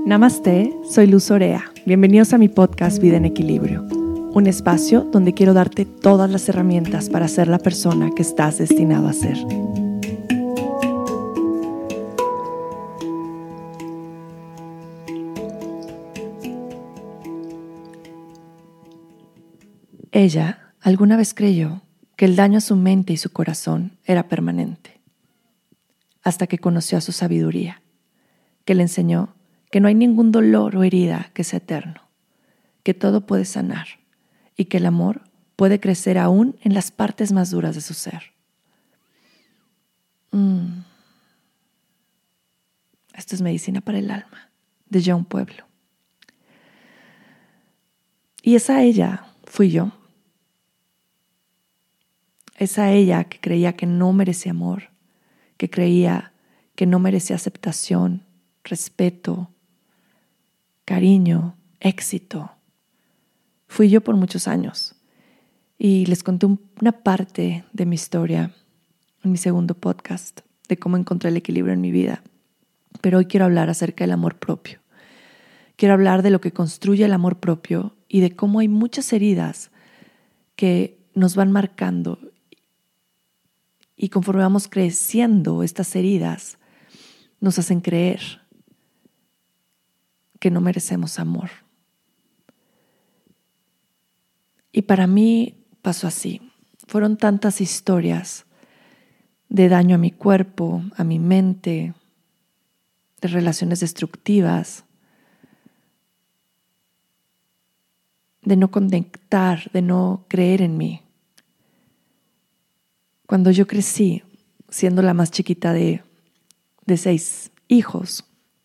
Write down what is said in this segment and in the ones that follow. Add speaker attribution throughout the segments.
Speaker 1: Namaste, soy Luz Orea. Bienvenidos a mi podcast Vida en Equilibrio, un espacio donde quiero darte todas las herramientas para ser la persona que estás destinado a ser. Ella alguna vez creyó que el daño a su mente y su corazón era permanente, hasta que conoció a su sabiduría, que le enseñó que no hay ningún dolor o herida que sea eterno, que todo puede sanar y que el amor puede crecer aún en las partes más duras de su ser. Esto es Medicina para el Alma, de John Pueblo. Y esa ella fui yo. Esa ella que creía que no merecía amor, que creía que no merecía aceptación, respeto, cariño, éxito. Fui yo por muchos años y les conté una parte de mi historia en mi segundo podcast de cómo encontré el equilibrio en mi vida. Pero hoy quiero hablar acerca del amor propio. Quiero hablar de lo que construye el amor propio y de cómo hay muchas heridas que nos van marcando y conforme vamos creciendo, estas heridas nos hacen creer que no merecemos amor. Y para mí pasó así. Fueron tantas historias de daño a mi cuerpo, a mi mente, de relaciones destructivas, de no conectar, de no creer en mí. Cuando yo crecí, siendo la más chiquita de 6 hijos,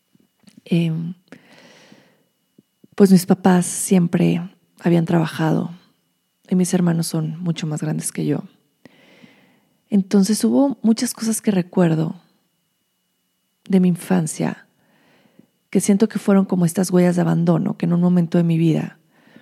Speaker 1: pues mis papás siempre habían trabajado y mis hermanos son mucho más grandes que yo. Entonces hubo muchas cosas que recuerdo de mi infancia que siento que fueron como estas huellas de abandono que en un momento de mi vida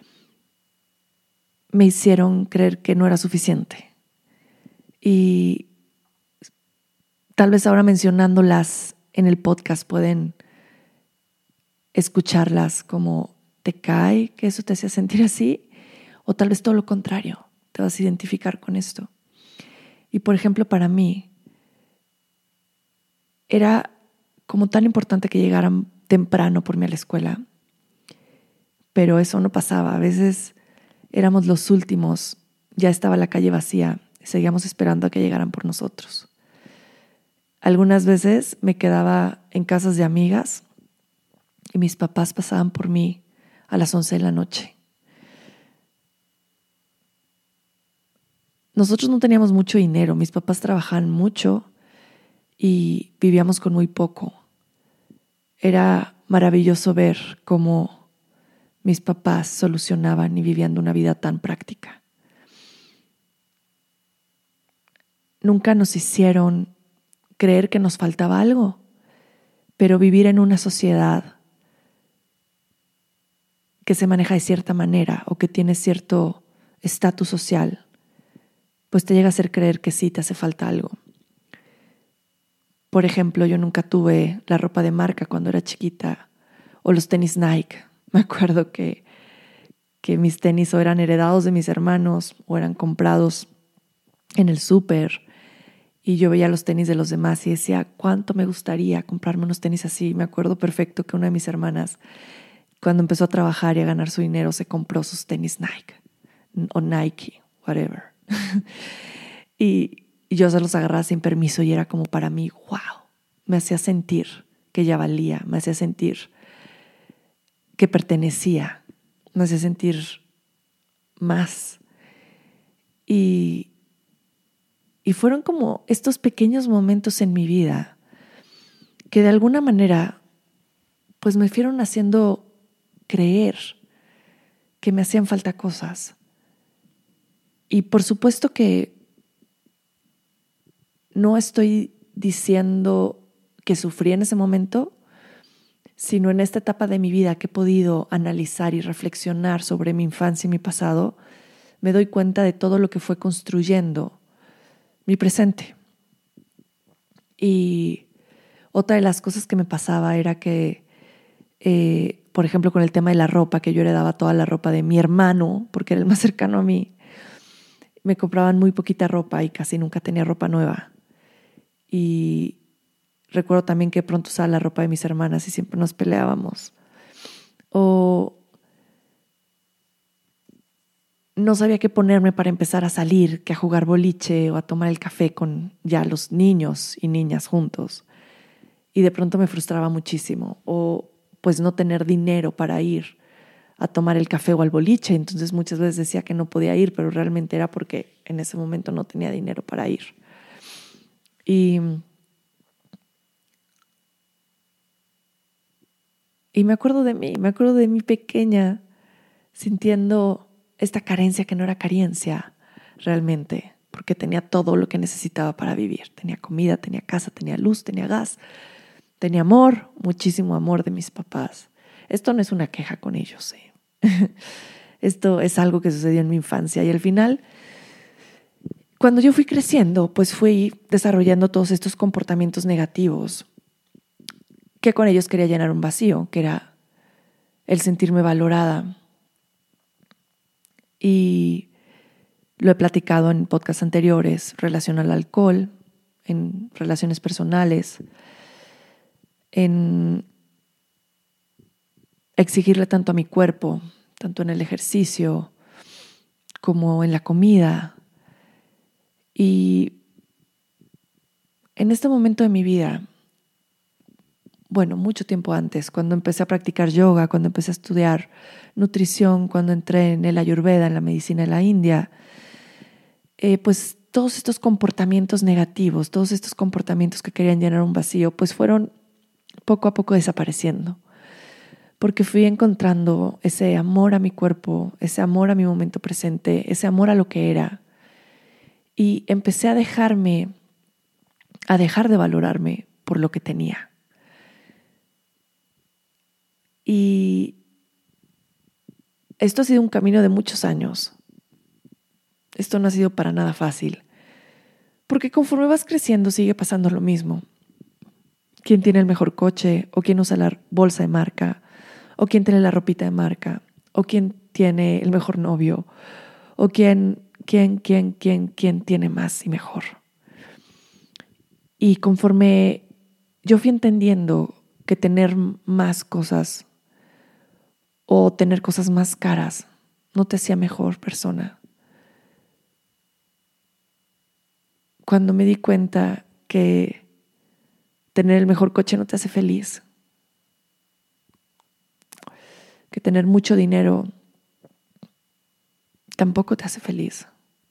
Speaker 1: me hicieron creer que no era suficiente. Y tal vez ahora mencionándolas en el podcast pueden escucharlas como te cae que eso te hacía sentir así, o tal vez todo lo contrario, te vas a identificar con esto. Y por ejemplo, para mí era como tan importante que llegaran temprano por mí a la escuela, pero eso no pasaba. A veces éramos los últimos, ya estaba la calle vacía, seguíamos esperando a que llegaran por nosotros. Algunas veces me quedaba en casas de amigas y mis papás pasaban por mí a las 11 de la noche. Nosotros no teníamos mucho dinero, mis papás trabajaban mucho y vivíamos con muy poco. Era maravilloso ver cómo mis papás solucionaban y vivían una vida tan práctica. Nunca nos hicieron creer que nos faltaba algo, pero vivir en una sociedad que se maneja de cierta manera o que tiene cierto estatus social, pues te llega a hacer creer que sí te hace falta algo. Por ejemplo, yo nunca tuve la ropa de marca cuando era chiquita o los tenis Nike. Me acuerdo que mis tenis o eran heredados de mis hermanos o eran comprados en el súper y yo veía los tenis de los demás y decía, ¿cuánto me gustaría comprarme unos tenis así? Me acuerdo perfecto que una de mis hermanas, cuando empezó a trabajar y a ganar su dinero, se compró sus tenis Nike o Nike, whatever. y yo se los agarraba sin permiso y era como para mí, wow, me hacía sentir que ya valía, me hacía sentir que pertenecía, me hacía sentir más. Y fueron como estos pequeños momentos en mi vida que de alguna manera pues me fueron haciendo creer que me hacían falta cosas. Y por supuesto que no estoy diciendo que sufrí en ese momento, sino en esta etapa de mi vida que he podido analizar y reflexionar sobre mi infancia y mi pasado, me doy cuenta de todo lo que fue construyendo mi presente. Y otra de las cosas que me pasaba era que por ejemplo, con el tema de la ropa, que yo heredaba toda la ropa de mi hermano, porque era el más cercano a mí. Me compraban muy poquita ropa y casi nunca tenía ropa nueva. Y recuerdo también que pronto usaba la ropa de mis hermanas y siempre nos peleábamos. O no sabía qué ponerme para empezar a salir, que a jugar boliche o a tomar el café con ya los niños y niñas juntos. Y de pronto me frustraba muchísimo. O pues no tener dinero para ir a tomar el café o al boliche. Entonces muchas veces decía que no podía ir, pero realmente era porque en ese momento no tenía dinero para ir. Y me acuerdo de mí pequeña, sintiendo esta carencia que no era carencia realmente, porque tenía todo lo que necesitaba para vivir. Tenía comida, tenía casa, tenía luz, tenía gas, tenía amor, muchísimo amor de mis papás. Esto no es una queja con ellos, ¿eh? Esto es algo que sucedió en mi infancia y al final, cuando yo fui creciendo, pues fui desarrollando todos estos comportamientos negativos que con ellos quería llenar un vacío, que era el sentirme valorada. Y lo he platicado en podcasts anteriores, relación al alcohol, en relaciones personales, en exigirle tanto a mi cuerpo, tanto en el ejercicio como en la comida. Y en este momento de mi vida, bueno, mucho tiempo antes, cuando empecé a practicar yoga, cuando empecé a estudiar nutrición, cuando entré en el Ayurveda, en la medicina de la India, pues todos estos comportamientos negativos, todos estos comportamientos que querían llenar un vacío, pues fueron poco a poco desapareciendo. Porque fui encontrando ese amor a mi cuerpo, ese amor a mi momento presente, ese amor a lo que era. Y empecé a dejar de valorarme por lo que tenía. Y esto ha sido un camino de muchos años. Esto no ha sido para nada fácil. Porque conforme vas creciendo sigue pasando lo mismo. ¿Quién tiene el mejor coche? ¿O quién usa la bolsa de marca? ¿O quién tiene la ropita de marca? ¿O quién tiene el mejor novio? ¿O quién tiene más y mejor? Y conforme yo fui entendiendo que tener más cosas o tener cosas más caras no te hacía mejor persona. Cuando me di cuenta que tener el mejor coche no te hace feliz, que tener mucho dinero tampoco te hace feliz,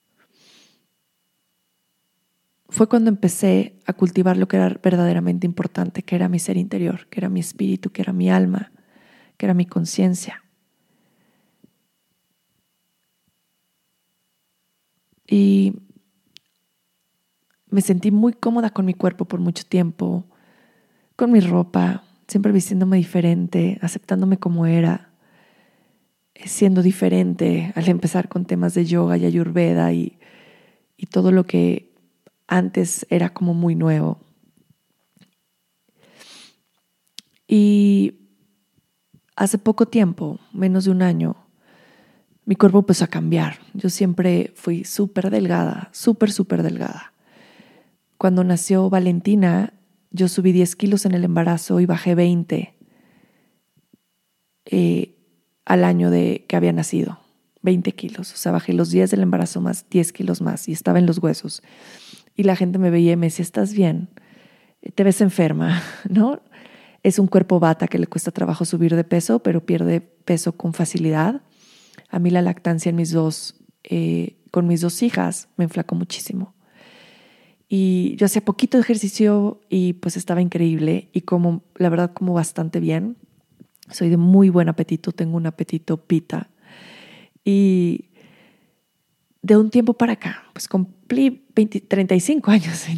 Speaker 1: fue cuando empecé a cultivar lo que era verdaderamente importante, que era mi ser interior, que era mi espíritu, que era mi alma, que era mi conciencia. Y me sentí muy cómoda con mi cuerpo por mucho tiempo, con mi ropa, siempre vistiéndome diferente, aceptándome como era, siendo diferente al empezar con temas de yoga y ayurveda y todo lo que antes era como muy nuevo. Y hace poco tiempo, menos de un año, mi cuerpo empezó a cambiar. Yo siempre fui súper delgada, súper delgada. Cuando nació Valentina, yo subí 10 kilos en el embarazo y bajé 20 al año de que había nacido. 20 kilos. O sea, bajé los 10 del embarazo más 10 kilos más y estaba en los huesos. Y la gente me veía y me decía, ¿estás bien? Te ves enferma, ¿no? Es un cuerpo bata que le cuesta trabajo subir de peso, pero pierde peso con facilidad. A mí la lactancia con mis dos hijas me enflacó muchísimo. Y yo hacía poquito de ejercicio y pues estaba increíble y la verdad como bastante bien. Soy de muy buen apetito, tengo un apetito pita. Y de un tiempo para acá, pues cumplí 35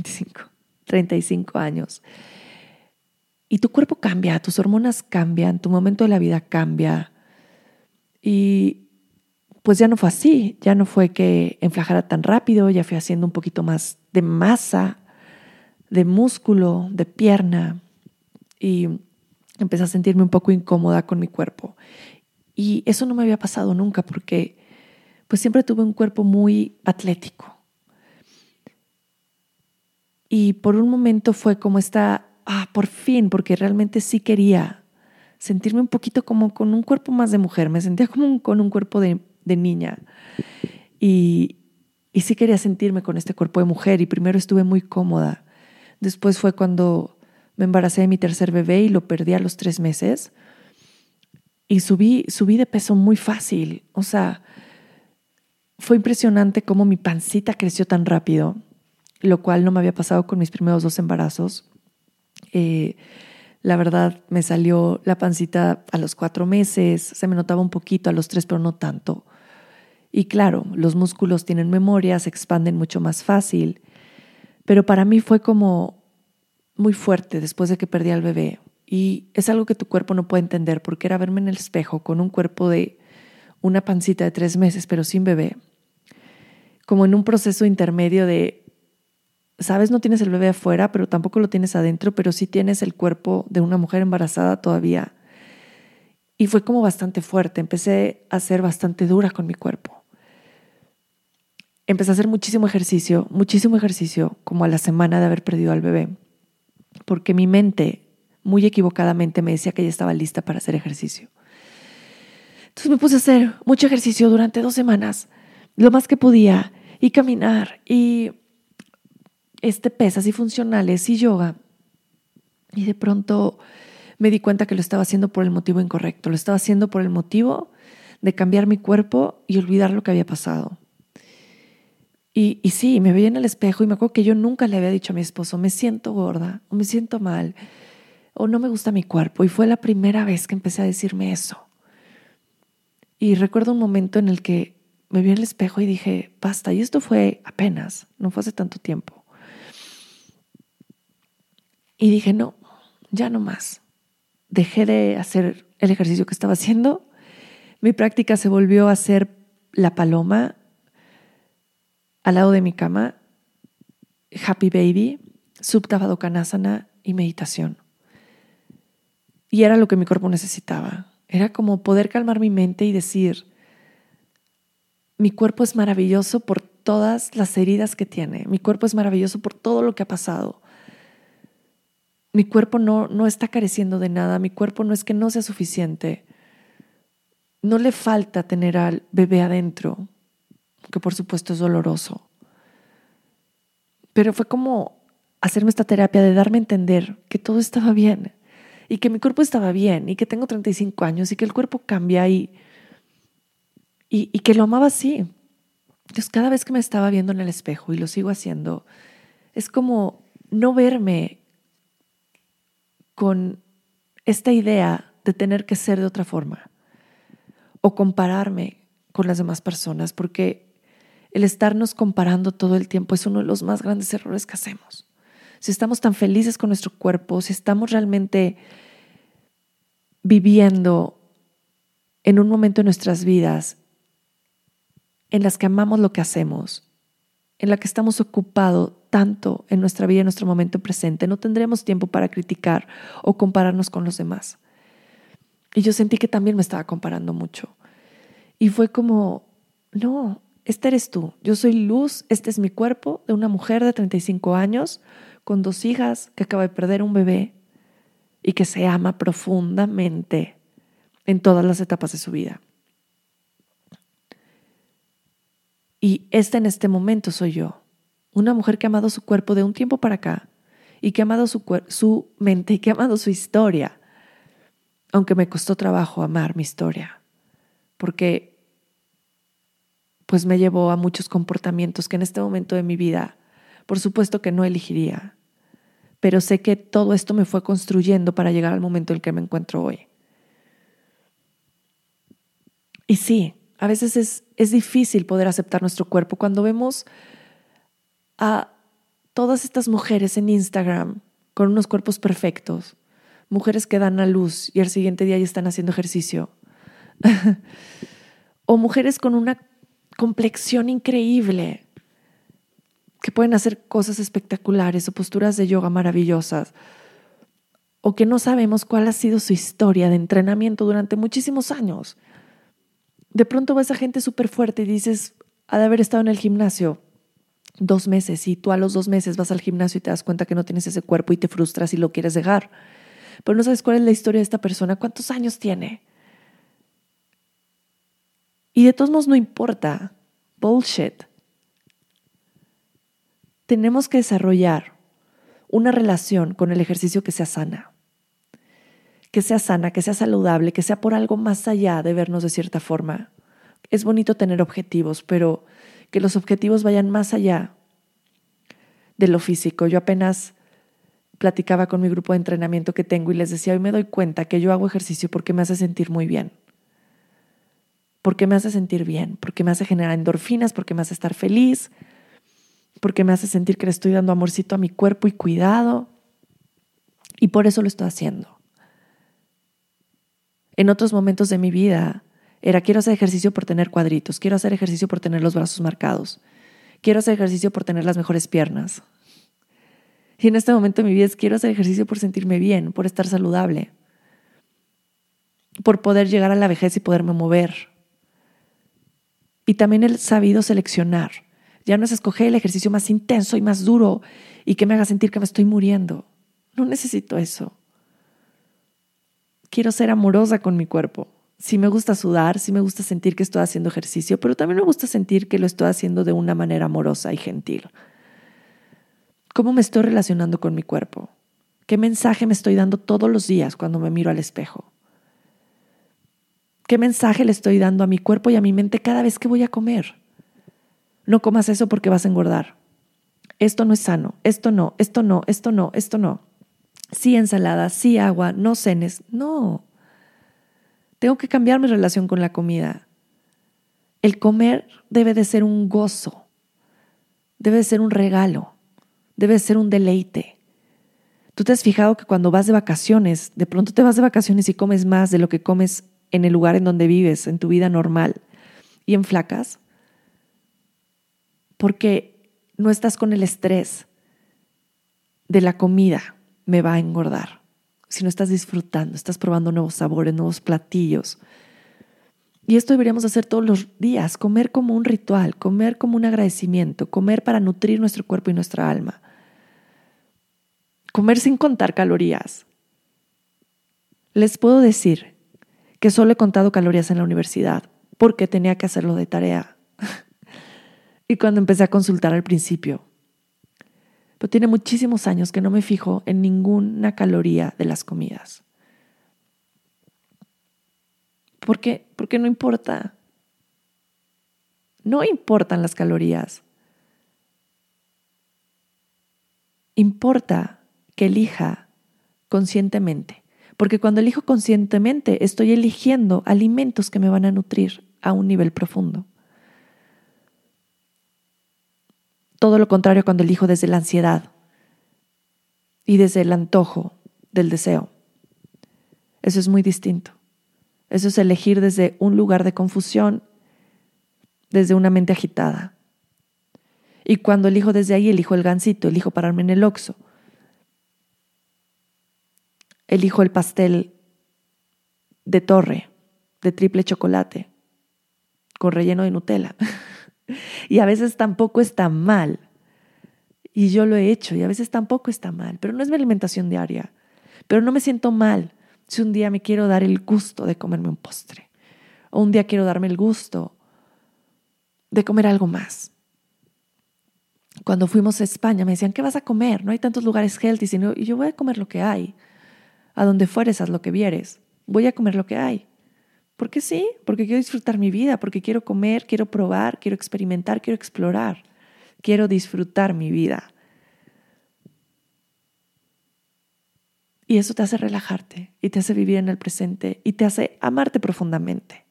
Speaker 1: años. Y tu cuerpo cambia, tus hormonas cambian, tu momento de la vida cambia. Y pues ya no fue así, ya no fue que enflajara tan rápido, ya fui haciendo un poquito más de masa, de músculo, de pierna. Y empecé a sentirme un poco incómoda con mi cuerpo. Y eso no me había pasado nunca porque pues siempre tuve un cuerpo muy atlético. Y por un momento fue como por fin, porque realmente sí quería sentirme un poquito como con un cuerpo más de mujer. Me sentía como con un cuerpo de niña. Y sí quería sentirme con este cuerpo de mujer. Y primero estuve muy cómoda. Después fue cuando me embaracé de mi tercer bebé y lo perdí a los 3 meses. Y subí de peso muy fácil. O sea, fue impresionante cómo mi pancita creció tan rápido, lo cual no me había pasado con mis primeros 2 embarazos. La verdad, me salió la pancita a los 4 meses, se me notaba un poquito a los 3, pero no tanto. Y claro, los músculos tienen memoria, se expanden mucho más fácil. Pero para mí fue como muy fuerte después de que perdí al bebé. Y es algo que tu cuerpo no puede entender, porque era verme en el espejo con un cuerpo de una pancita de 3 meses, pero sin bebé. Como en un proceso intermedio de, sabes, no tienes el bebé afuera, pero tampoco lo tienes adentro, pero sí tienes el cuerpo de una mujer embarazada todavía. Y fue como bastante fuerte. Empecé a ser bastante dura con mi cuerpo. Empecé a hacer muchísimo ejercicio, como a la semana de haber perdido al bebé, porque mi mente, muy equivocadamente, me decía que ya estaba lista para hacer ejercicio. Entonces me puse a hacer mucho ejercicio durante 2 semanas, lo más que podía, y caminar, y pesas y funcionales y yoga. Y de pronto me di cuenta que lo estaba haciendo por el motivo incorrecto. Lo estaba haciendo por el motivo de cambiar mi cuerpo y olvidar lo que había pasado. Y sí, me veía en el espejo y me acuerdo que yo nunca le había dicho a mi esposo, me siento gorda, o me siento mal, o no me gusta mi cuerpo. Y fue la primera vez que empecé a decirme eso. Y recuerdo un momento en el que me vi en el espejo y dije, basta. Y esto fue apenas, no fue hace tanto tiempo. Y dije, no, ya no más. Dejé de hacer el ejercicio que estaba haciendo. Mi práctica se volvió a hacer la paloma al lado de mi cama, Happy Baby, Supta Baddha Konasana y meditación. Y era lo que mi cuerpo necesitaba. Era como poder calmar mi mente y decir, mi cuerpo es maravilloso por todas las heridas que tiene. Mi cuerpo es maravilloso por todo lo que ha pasado. Mi cuerpo no está careciendo de nada. Mi cuerpo no es que no sea suficiente. No le falta tener al bebé adentro, que por supuesto es doloroso. Pero fue como hacerme esta terapia de darme a entender que todo estaba bien y que mi cuerpo estaba bien y que tengo 35 años y que el cuerpo cambia y que lo amaba así. Entonces cada vez que me estaba viendo en el espejo, y lo sigo haciendo, es como no verme con esta idea de tener que ser de otra forma o compararme con las demás personas, porque el estarnos comparando todo el tiempo es uno de los más grandes errores que hacemos. Si estamos tan felices con nuestro cuerpo, si estamos realmente viviendo en un momento de nuestras vidas en las que amamos lo que hacemos, en la que estamos ocupados tanto en nuestra vida, en nuestro momento presente, no tendremos tiempo para criticar o compararnos con los demás. Y yo sentí que también me estaba comparando mucho. Y fue como, no, esta eres tú. Yo soy Luz, este es mi cuerpo de una mujer de 35 años, con 2 hijas, que acaba de perder un bebé y que se ama profundamente en todas las etapas de su vida. Y en este momento soy yo, una mujer que ha amado su cuerpo de un tiempo para acá y que ha amado su mente y que ha amado su historia, aunque me costó trabajo amar mi historia, porque pues me llevó a muchos comportamientos que en este momento de mi vida, por supuesto que no elegiría, pero sé que todo esto me fue construyendo para llegar al momento en el que me encuentro hoy. Y sí, a veces es difícil poder aceptar nuestro cuerpo cuando vemos a todas estas mujeres en Instagram con unos cuerpos perfectos, mujeres que dan a luz y al siguiente día ya están haciendo ejercicio, o mujeres con una complexión increíble que pueden hacer cosas espectaculares o posturas de yoga maravillosas, o que no sabemos cuál ha sido su historia de entrenamiento durante muchísimos años. De pronto ves a gente súper fuerte y dices, ha de haber estado en el gimnasio 2 meses y tú a los 2 meses vas al gimnasio y te das cuenta que no tienes ese cuerpo y te frustras y lo quieres dejar. Pero no sabes cuál es la historia de esta persona, cuántos años tiene. Y de todos modos no importa. Bullshit. Tenemos que desarrollar una relación con el ejercicio que sea sana, que sea saludable, que sea por algo más allá de vernos de cierta forma. Es bonito tener objetivos, pero que los objetivos vayan más allá de lo físico. Yo apenas platicaba con mi grupo de entrenamiento que tengo y les decía, hoy me doy cuenta que yo hago ejercicio porque me hace sentir muy bien. Porque me hace sentir bien, porque me hace generar endorfinas, porque me hace estar feliz, porque me hace sentir que le estoy dando amorcito a mi cuerpo y cuidado. Y por eso lo estoy haciendo. En otros momentos de mi vida era quiero hacer ejercicio por tener cuadritos, quiero hacer ejercicio por tener los brazos marcados, quiero hacer ejercicio por tener las mejores piernas. Y en este momento de mi vida quiero hacer ejercicio por sentirme bien, por estar saludable, por poder llegar a la vejez y poderme mover. Y también he sabido seleccionar. Ya no es escoger el ejercicio más intenso y más duro y que me haga sentir que me estoy muriendo. No necesito eso. Quiero ser amorosa con mi cuerpo. Sí me gusta sudar, sí me gusta sentir que estoy haciendo ejercicio, pero también me gusta sentir que lo estoy haciendo de una manera amorosa y gentil. ¿Cómo me estoy relacionando con mi cuerpo? ¿Qué mensaje me estoy dando todos los días cuando me miro al espejo? ¿Qué mensaje le estoy dando a mi cuerpo y a mi mente cada vez que voy a comer? No comas eso porque vas a engordar. Esto no es sano. Esto no, esto no, esto no, esto no. Sí ensalada, sí agua, no cenes. No. Tengo que cambiar mi relación con la comida. El comer debe de ser un gozo. Debe de ser un regalo. Debe de ser un deleite. ¿Tú te has fijado que cuando vas de vacaciones, de pronto te vas de vacaciones y comes más de lo que comes en el lugar en donde vives, en tu vida normal, y enflacas? Porque no estás con el estrés de la comida, me va a engordar. Si no estás disfrutando, estás probando nuevos sabores, nuevos platillos. Y esto deberíamos hacer todos los días, comer como un ritual, comer como un agradecimiento, comer para nutrir nuestro cuerpo y nuestra alma. Comer sin contar calorías. Les puedo decir que solo he contado calorías en la universidad porque tenía que hacerlo de tarea. Y cuando empecé a consultar al principio. Pero tiene muchísimos años que no me fijo en ninguna caloría de las comidas. ¿Por qué? Porque no importa. No importan las calorías. Importa que elija conscientemente. Porque cuando elijo conscientemente, estoy eligiendo alimentos que me van a nutrir a un nivel profundo. Todo lo contrario cuando elijo desde la ansiedad y desde el antojo del deseo. Eso es muy distinto. Eso es elegir desde un lugar de confusión, desde una mente agitada. Y cuando elijo desde ahí, elijo el gansito, elijo pararme en el Oxxo. Elijo el pastel de torre, de triple chocolate, con relleno de Nutella. Y a veces tampoco está mal. Y yo lo he hecho y a veces tampoco está mal. Pero no es mi alimentación diaria. Pero no me siento mal si un día me quiero dar el gusto de comerme un postre. O un día quiero darme el gusto de comer algo más. Cuando fuimos a España me decían, ¿qué vas a comer? No hay tantos lugares healthy. Y yo voy a comer lo que hay. A donde fueres, haz lo que vieres. Voy a comer lo que hay. ¿Por qué sí? Porque quiero disfrutar mi vida, porque quiero comer, quiero probar, quiero experimentar, quiero explorar. Quiero disfrutar mi vida. Y eso te hace relajarte y te hace vivir en el presente y te hace amarte profundamente.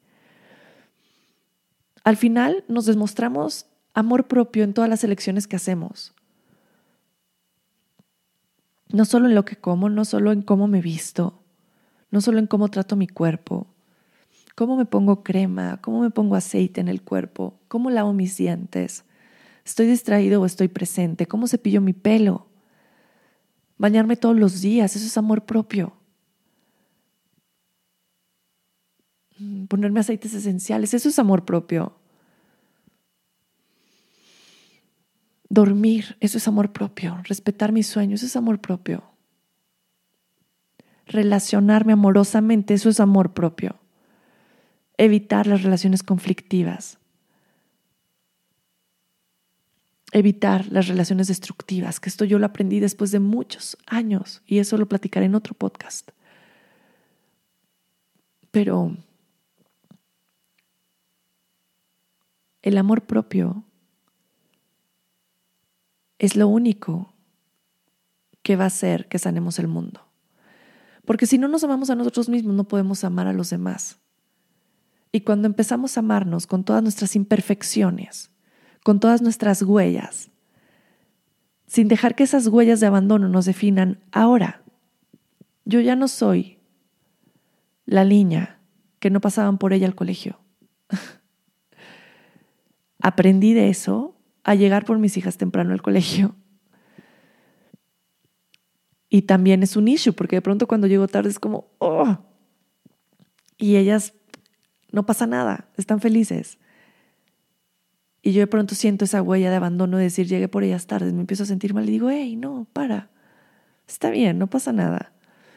Speaker 1: Al final nos demostramos amor propio en todas las elecciones que hacemos. No solo en lo que como, no solo en cómo me visto, no solo en cómo trato mi cuerpo, cómo me pongo crema, cómo me pongo aceite en el cuerpo, cómo lavo mis dientes, estoy distraído o estoy presente, cómo cepillo mi pelo. Bañarme todos los días, eso es amor propio. Ponerme aceites esenciales, eso es amor propio. Dormir, eso es amor propio. Respetar mis sueños, eso es amor propio. Relacionarme amorosamente, eso es amor propio. Evitar las relaciones conflictivas. Evitar las relaciones destructivas, que esto yo lo aprendí después de muchos años y eso lo platicaré en otro podcast. Pero el amor propio es lo único que va a hacer que sanemos el mundo. Porque si no nos amamos a nosotros mismos, no podemos amar a los demás. Y cuando empezamos a amarnos con todas nuestras imperfecciones, con todas nuestras huellas, sin dejar que esas huellas de abandono nos definan, ahora, yo ya no soy la niña que no pasaban por ella al colegio. Aprendí de eso a llegar por mis hijas temprano al colegio. Y también es un issue, porque de pronto cuando llego tarde es como, ¡oh! Y ellas, no pasa nada, están felices. Y yo de pronto siento esa huella de abandono de decir, llegué por ellas tarde, me empiezo a sentir mal y digo, hey, no, para, está bien, no pasa nada.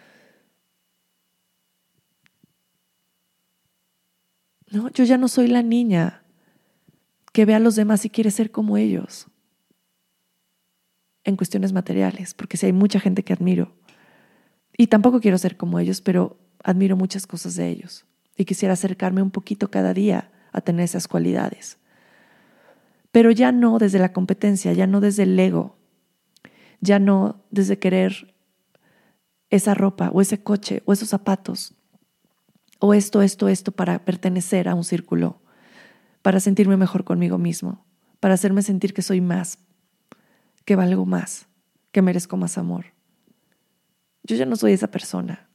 Speaker 1: No, yo ya no soy la niña que ve a los demás y quiere ser como ellos en cuestiones materiales, porque sí hay mucha gente que admiro. Y tampoco quiero ser como ellos, pero admiro muchas cosas de ellos. Y quisiera acercarme un poquito cada día a tener esas cualidades. Pero ya no desde la competencia, ya no desde el ego, ya no desde querer esa ropa o ese coche o esos zapatos o esto para pertenecer a un círculo, para sentirme mejor conmigo mismo, para hacerme sentir que soy más, que valgo más, que merezco más amor. Yo ya no soy esa persona.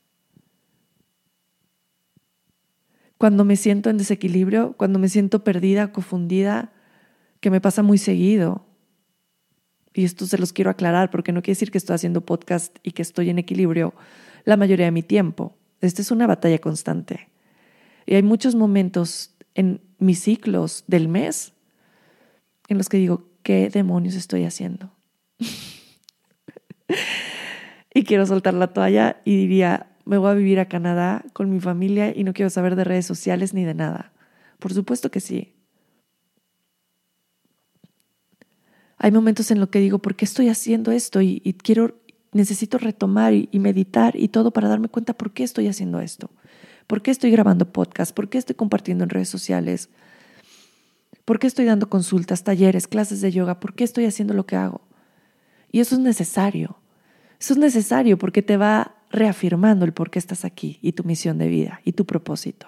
Speaker 1: Cuando me siento en desequilibrio, cuando me siento perdida, confundida, que me pasa muy seguido, y esto se los quiero aclarar porque no quiere decir que estoy haciendo podcast y que estoy en equilibrio la mayoría de mi tiempo. Esta es una batalla constante. Y hay muchos momentos en mis ciclos del mes en los que digo, ¿qué demonios estoy haciendo? Y quiero soltar la toalla y diría, me voy a vivir a Canadá con mi familia y no quiero saber de redes sociales ni de nada. Por supuesto que sí. Hay momentos en los que digo, ¿por qué estoy haciendo esto? Y necesito retomar y meditar y todo para darme cuenta por qué estoy haciendo esto. ¿Por qué estoy grabando podcast? ¿Por qué estoy compartiendo en redes sociales? ¿Por qué estoy dando consultas, talleres, clases de yoga? ¿Por qué estoy haciendo lo que hago? Y eso es necesario. Eso es necesario porque te va reafirmando el por qué estás aquí y tu misión de vida y tu propósito.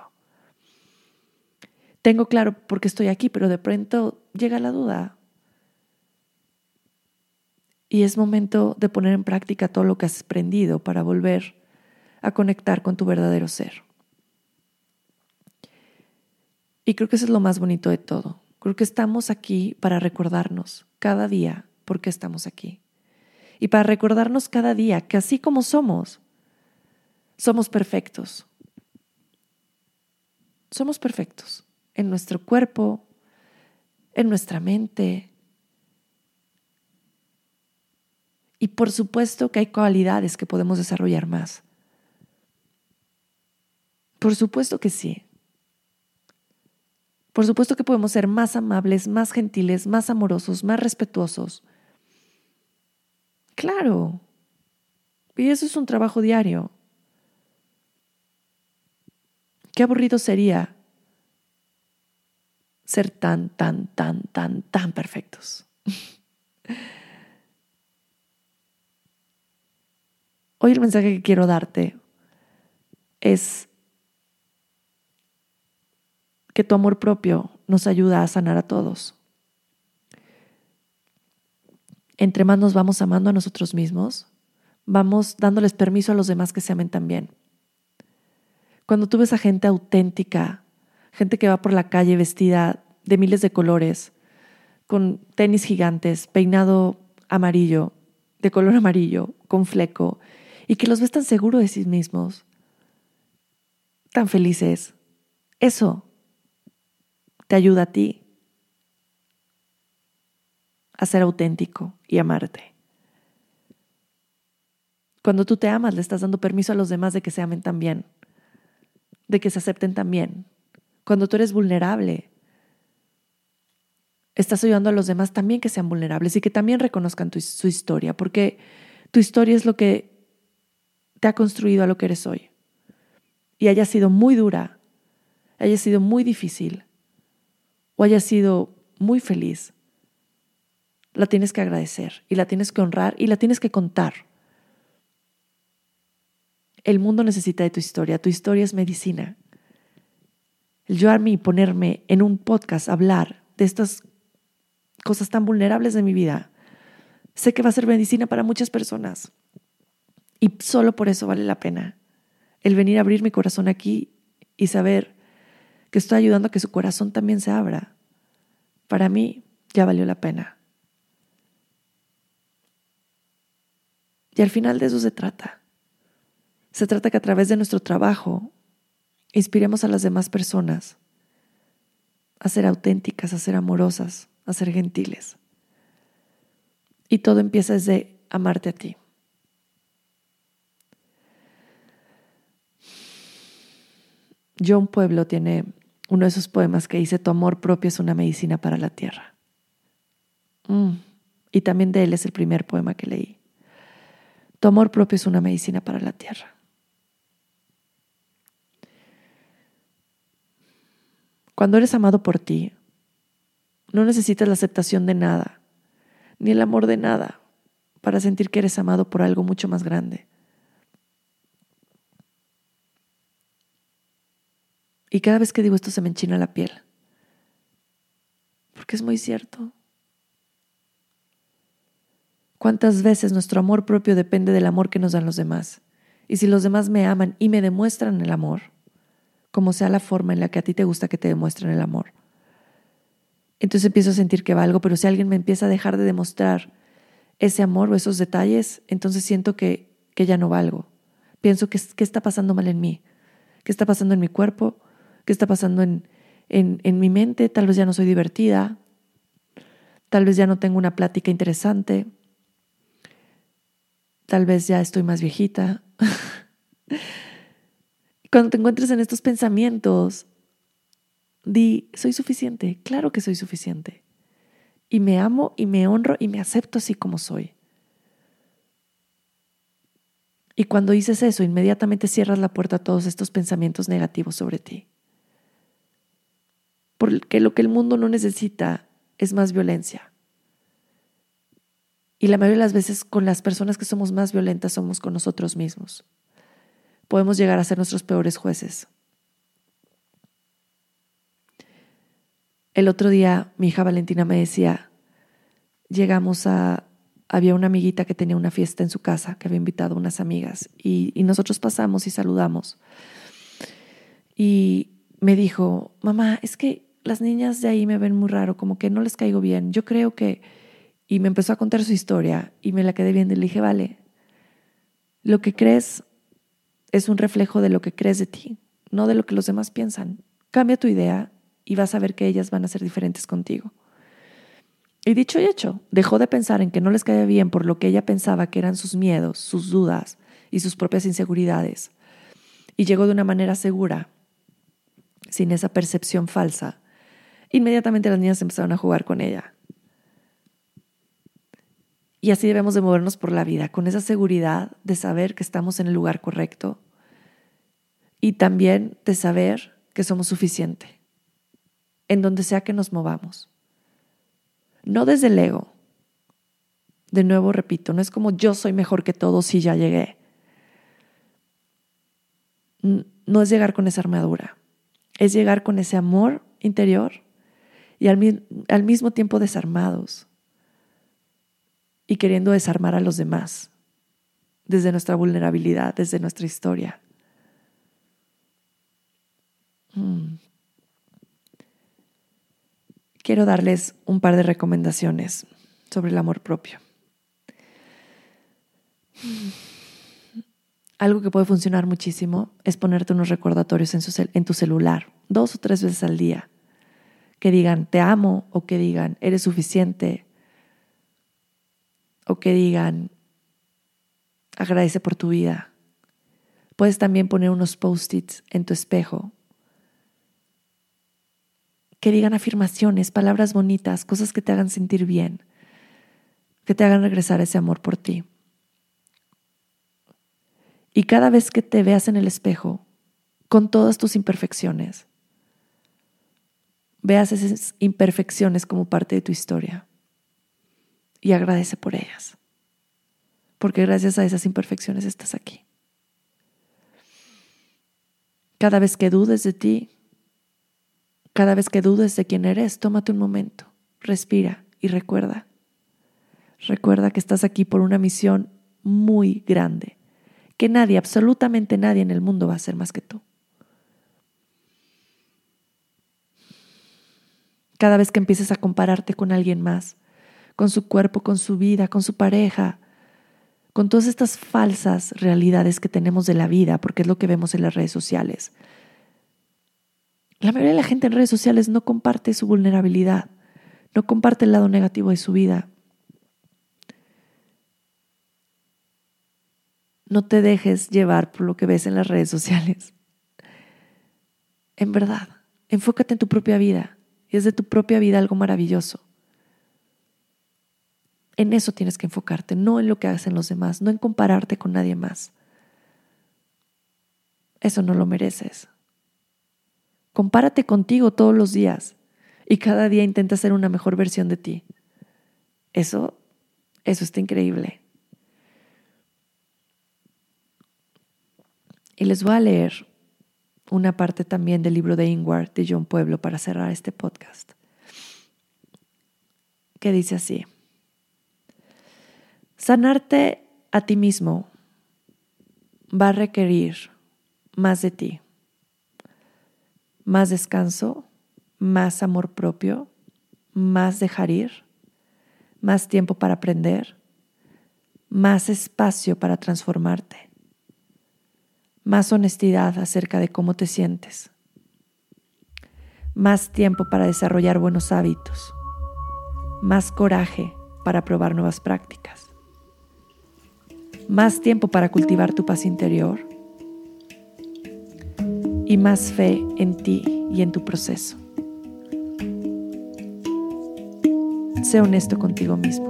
Speaker 1: Tengo claro por qué estoy aquí, pero de pronto llega la duda. Y es momento de poner en práctica todo lo que has aprendido para volver a conectar con tu verdadero ser. Y creo que eso es lo más bonito de todo. Creo que estamos aquí para recordarnos cada día por qué estamos aquí. Y para recordarnos cada día que así como somos perfectos. Somos perfectos en nuestro cuerpo, en nuestra mente. Y por supuesto que hay cualidades que podemos desarrollar más. Por supuesto que sí. Por supuesto que podemos ser más amables, más gentiles, más amorosos, más respetuosos. Claro. Y eso es un trabajo diario. Qué aburrido sería ser tan perfectos. Hoy el mensaje que quiero darte es que tu amor propio nos ayuda a sanar a todos. Entre más nos vamos amando a nosotros mismos, vamos dándoles permiso a los demás que se amen también. Cuando tú ves a gente auténtica, gente que va por la calle vestida de miles de colores, con tenis gigantes, peinado amarillo, de color amarillo, con fleco, y que los ves tan seguros de sí mismos, tan felices, eso te ayuda a ti a ser auténtico y amarte. Cuando tú te amas, le estás dando permiso a los demás de que se amen también, de que se acepten también. Cuando tú eres vulnerable, estás ayudando a los demás también que sean vulnerables y que también reconozcan su historia, porque tu historia es lo que te ha construido a lo que eres hoy. Y haya sido muy dura, haya sido muy difícil o haya sido muy feliz, la tienes que agradecer y la tienes que honrar y la tienes que contar. El mundo necesita de tu historia es medicina. El yo a mí ponerme en un podcast a hablar de estas cosas tan vulnerables de mi vida, sé que va a ser medicina para muchas personas y solo por eso vale la pena el venir a abrir mi corazón aquí y saber que estoy ayudando a que su corazón también se abra. Para mí ya valió la pena. Y al final de eso se trata. Se trata que a través de nuestro trabajo inspiremos a las demás personas a ser auténticas, a ser amorosas, a ser gentiles. Y todo empieza desde amarte a ti. John Pueblo tiene uno de esos poemas que dice: tu amor propio es una medicina para la tierra. Y también de él es el primer poema que leí. Tu amor propio es una medicina para la tierra. Cuando eres amado por ti, no necesitas la aceptación de nada, ni el amor de nada, para sentir que eres amado por algo mucho más grande. Y cada vez que digo esto se me enchina la piel, porque es muy cierto. ¿Cuántas veces nuestro amor propio depende del amor que nos dan los demás? Y si los demás me aman y me demuestran el amor, como sea la forma en la que a ti te gusta que te demuestren el amor, entonces empiezo a sentir que valgo. Pero si alguien me empieza a dejar de demostrar ese amor o esos detalles, entonces siento que ya no valgo. Pienso que qué está pasando mal en mí, qué está pasando en mi cuerpo, qué está pasando en mi mente. Tal vez ya no soy divertida, tal vez ya no tengo una plática interesante, tal vez ya estoy más viejita. Cuando te encuentres en estos pensamientos, di: soy suficiente, claro que soy suficiente. Y me amo y me honro y me acepto así como soy. Y cuando dices eso, inmediatamente cierras la puerta a todos estos pensamientos negativos sobre ti. Porque lo que el mundo no necesita es más violencia. Y la mayoría de las veces con las personas que somos más violentas somos con nosotros mismos. Podemos llegar a ser nuestros peores jueces. El otro día mi hija Valentina me decía, había una amiguita que tenía una fiesta en su casa, que había invitado a unas amigas, y nosotros pasamos y saludamos. Y me dijo: mamá, es que las niñas de ahí me ven muy raro, como que no les caigo bien. Yo creo que... Y me empezó a contar su historia y me la quedé viendo y le dije: vale, lo que crees es un reflejo de lo que crees de ti, no de lo que los demás piensan. Cambia tu idea y vas a ver que ellas van a ser diferentes contigo. Y dicho y hecho, dejó de pensar en que no les caía bien por lo que ella pensaba que eran sus miedos, sus dudas y sus propias inseguridades. Y llegó de una manera segura, sin esa percepción falsa. Inmediatamente las niñas empezaron a jugar con ella. Y así debemos de movernos por la vida, con esa seguridad de saber que estamos en el lugar correcto y también de saber que somos suficiente, en donde sea que nos movamos. No desde el ego. De nuevo repito, no es como yo soy mejor que todos y ya llegué. No es llegar con esa armadura, es llegar con ese amor interior y al mismo tiempo desarmados y queriendo desarmar a los demás desde nuestra vulnerabilidad, desde nuestra historia. Quiero darles un par de recomendaciones sobre el amor propio. Algo que puede funcionar muchísimo es ponerte unos recordatorios en tu celular 2 o 3 veces al día que digan te amo, o que digan eres suficiente, o que digan agradece por tu vida. Puedes también poner unos post-its en tu espejo que digan afirmaciones, palabras bonitas, cosas que te hagan sentir bien, que te hagan regresar ese amor por ti. Y cada vez que te veas en el espejo, con todas tus imperfecciones, veas esas imperfecciones como parte de tu historia y agradece por ellas, porque gracias a esas imperfecciones estás aquí. Cada vez que dudes de ti, cada vez que dudes de quién eres, tómate un momento, respira y recuerda. Recuerda que estás aquí por una misión muy grande, que nadie, absolutamente nadie en el mundo va a hacer más que tú. Cada vez que empieces a compararte con alguien más, con su cuerpo, con su vida, con su pareja, con todas estas falsas realidades que tenemos de la vida, porque es lo que vemos en las redes sociales. La mayoría de la gente en redes sociales no comparte su vulnerabilidad, no comparte el lado negativo de su vida. No te dejes llevar por lo que ves en las redes sociales. En verdad, enfócate en tu propia vida y haz de tu propia vida algo maravilloso. En eso tienes que enfocarte, no en lo que hacen los demás, no en compararte con nadie más. Eso no lo mereces. Compárate contigo todos los días y cada día intenta ser una mejor versión de ti. Eso está increíble. Y les voy a leer una parte también del libro de Inward de John Pueblo para cerrar este podcast, que dice así: sanarte a ti mismo va a requerir más de ti, más descanso, más amor propio, más dejar ir, más tiempo para aprender, más espacio para transformarte, más honestidad acerca de cómo te sientes, más tiempo para desarrollar buenos hábitos, más coraje para probar nuevas prácticas, más tiempo para cultivar tu paz interior y más fe en ti y en tu proceso. Sé honesto contigo mismo.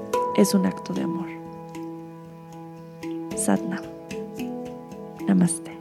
Speaker 1: Es un acto de amor. Satnam. Namaste.